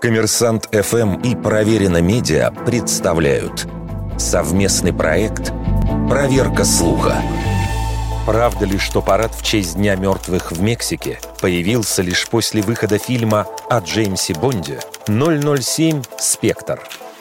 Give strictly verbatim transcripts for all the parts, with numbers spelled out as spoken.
Коммерсант эф эм и Проверено Медиа представляют совместный проект «Проверка слуха». Правда ли, что парад в честь Дня мертвых в Мексике появился лишь после выхода фильма о Джеймсе Бонде ноль ноль семь «Спектр»?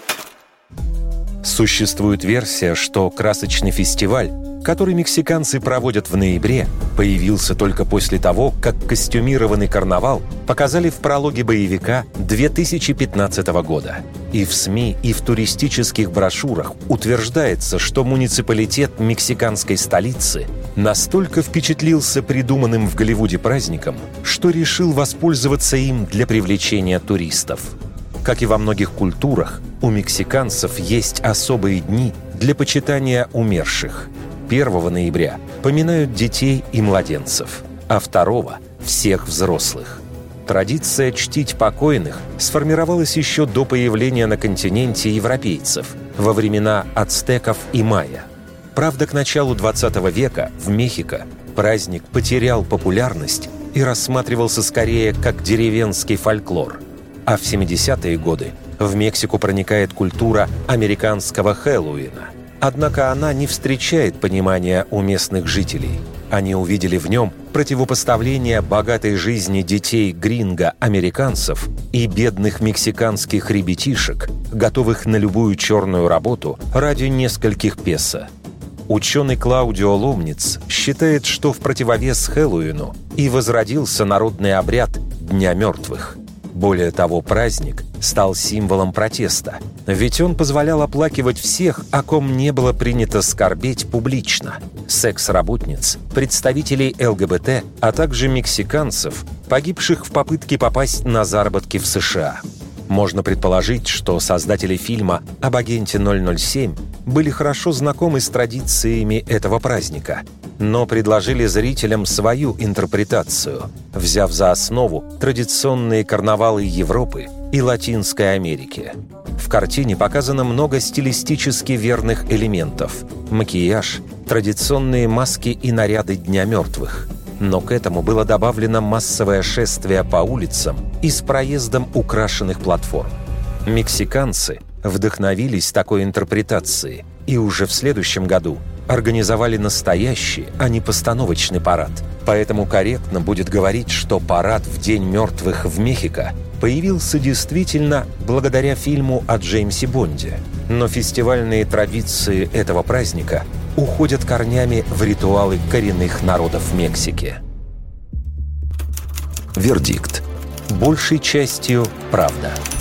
Существует версия, что красочный фестиваль, который мексиканцы проводят в ноябре, появился только после того, как костюмированный карнавал показали в прологе боевика две тысячи пятнадцатого года. И в СМИ, и в туристических брошюрах утверждается, что муниципалитет мексиканской столицы настолько впечатлился придуманным в Голливуде праздником, что решил воспользоваться им для привлечения туристов. Как и во многих культурах, у мексиканцев есть особые дни для почитания умерших. первого ноября поминают детей и младенцев, а второго – всех взрослых. Традиция чтить покойных сформировалась еще до появления на континенте европейцев, во времена ацтеков и майя. Правда, к началу двадцатого века в Мехико праздник потерял популярность и рассматривался скорее как деревенский фольклор. А в семидесятые годы в Мексику проникает культура американского Хэллоуина. Однако она не встречает понимания у местных жителей. Они увидели в нем противопоставление богатой жизни детей гринго-американцев и бедных мексиканских ребятишек, готовых на любую черную работу ради нескольких песо. Ученый Клаудио Ломниц считает, что в противовес Хэллоуину и возродился народный обряд Дня мертвых. Более того, праздник стал символом протеста, ведь он позволял оплакивать всех, о ком не было принято скорбеть публично: секс-работниц, представителей эл гэ бэ тэ, а также мексиканцев, погибших в попытке попасть на заработки в США. Можно предположить, что создатели фильма об агенте ноль ноль семь были хорошо знакомы с традициями этого праздника, но предложили зрителям свою интерпретацию, взяв за основу традиционные карнавалы Европы и Латинской Америки. В картине показано много стилистически верных элементов: макияж, традиционные маски и наряды Дня мертвых. Но к этому было добавлено массовое шествие по улицам и с проездом украшенных платформ. Мексиканцы вдохновились такой интерпретацией и уже в следующем году организовали настоящий, а не постановочный парад. Поэтому корректно будет говорить, что парад в День мертвых в Мехико появился действительно благодаря фильму о Джеймсе Бонде. Но фестивальные традиции этого праздника уходят корнями в ритуалы коренных народов Мексики. Вердикт. Большей частью правда.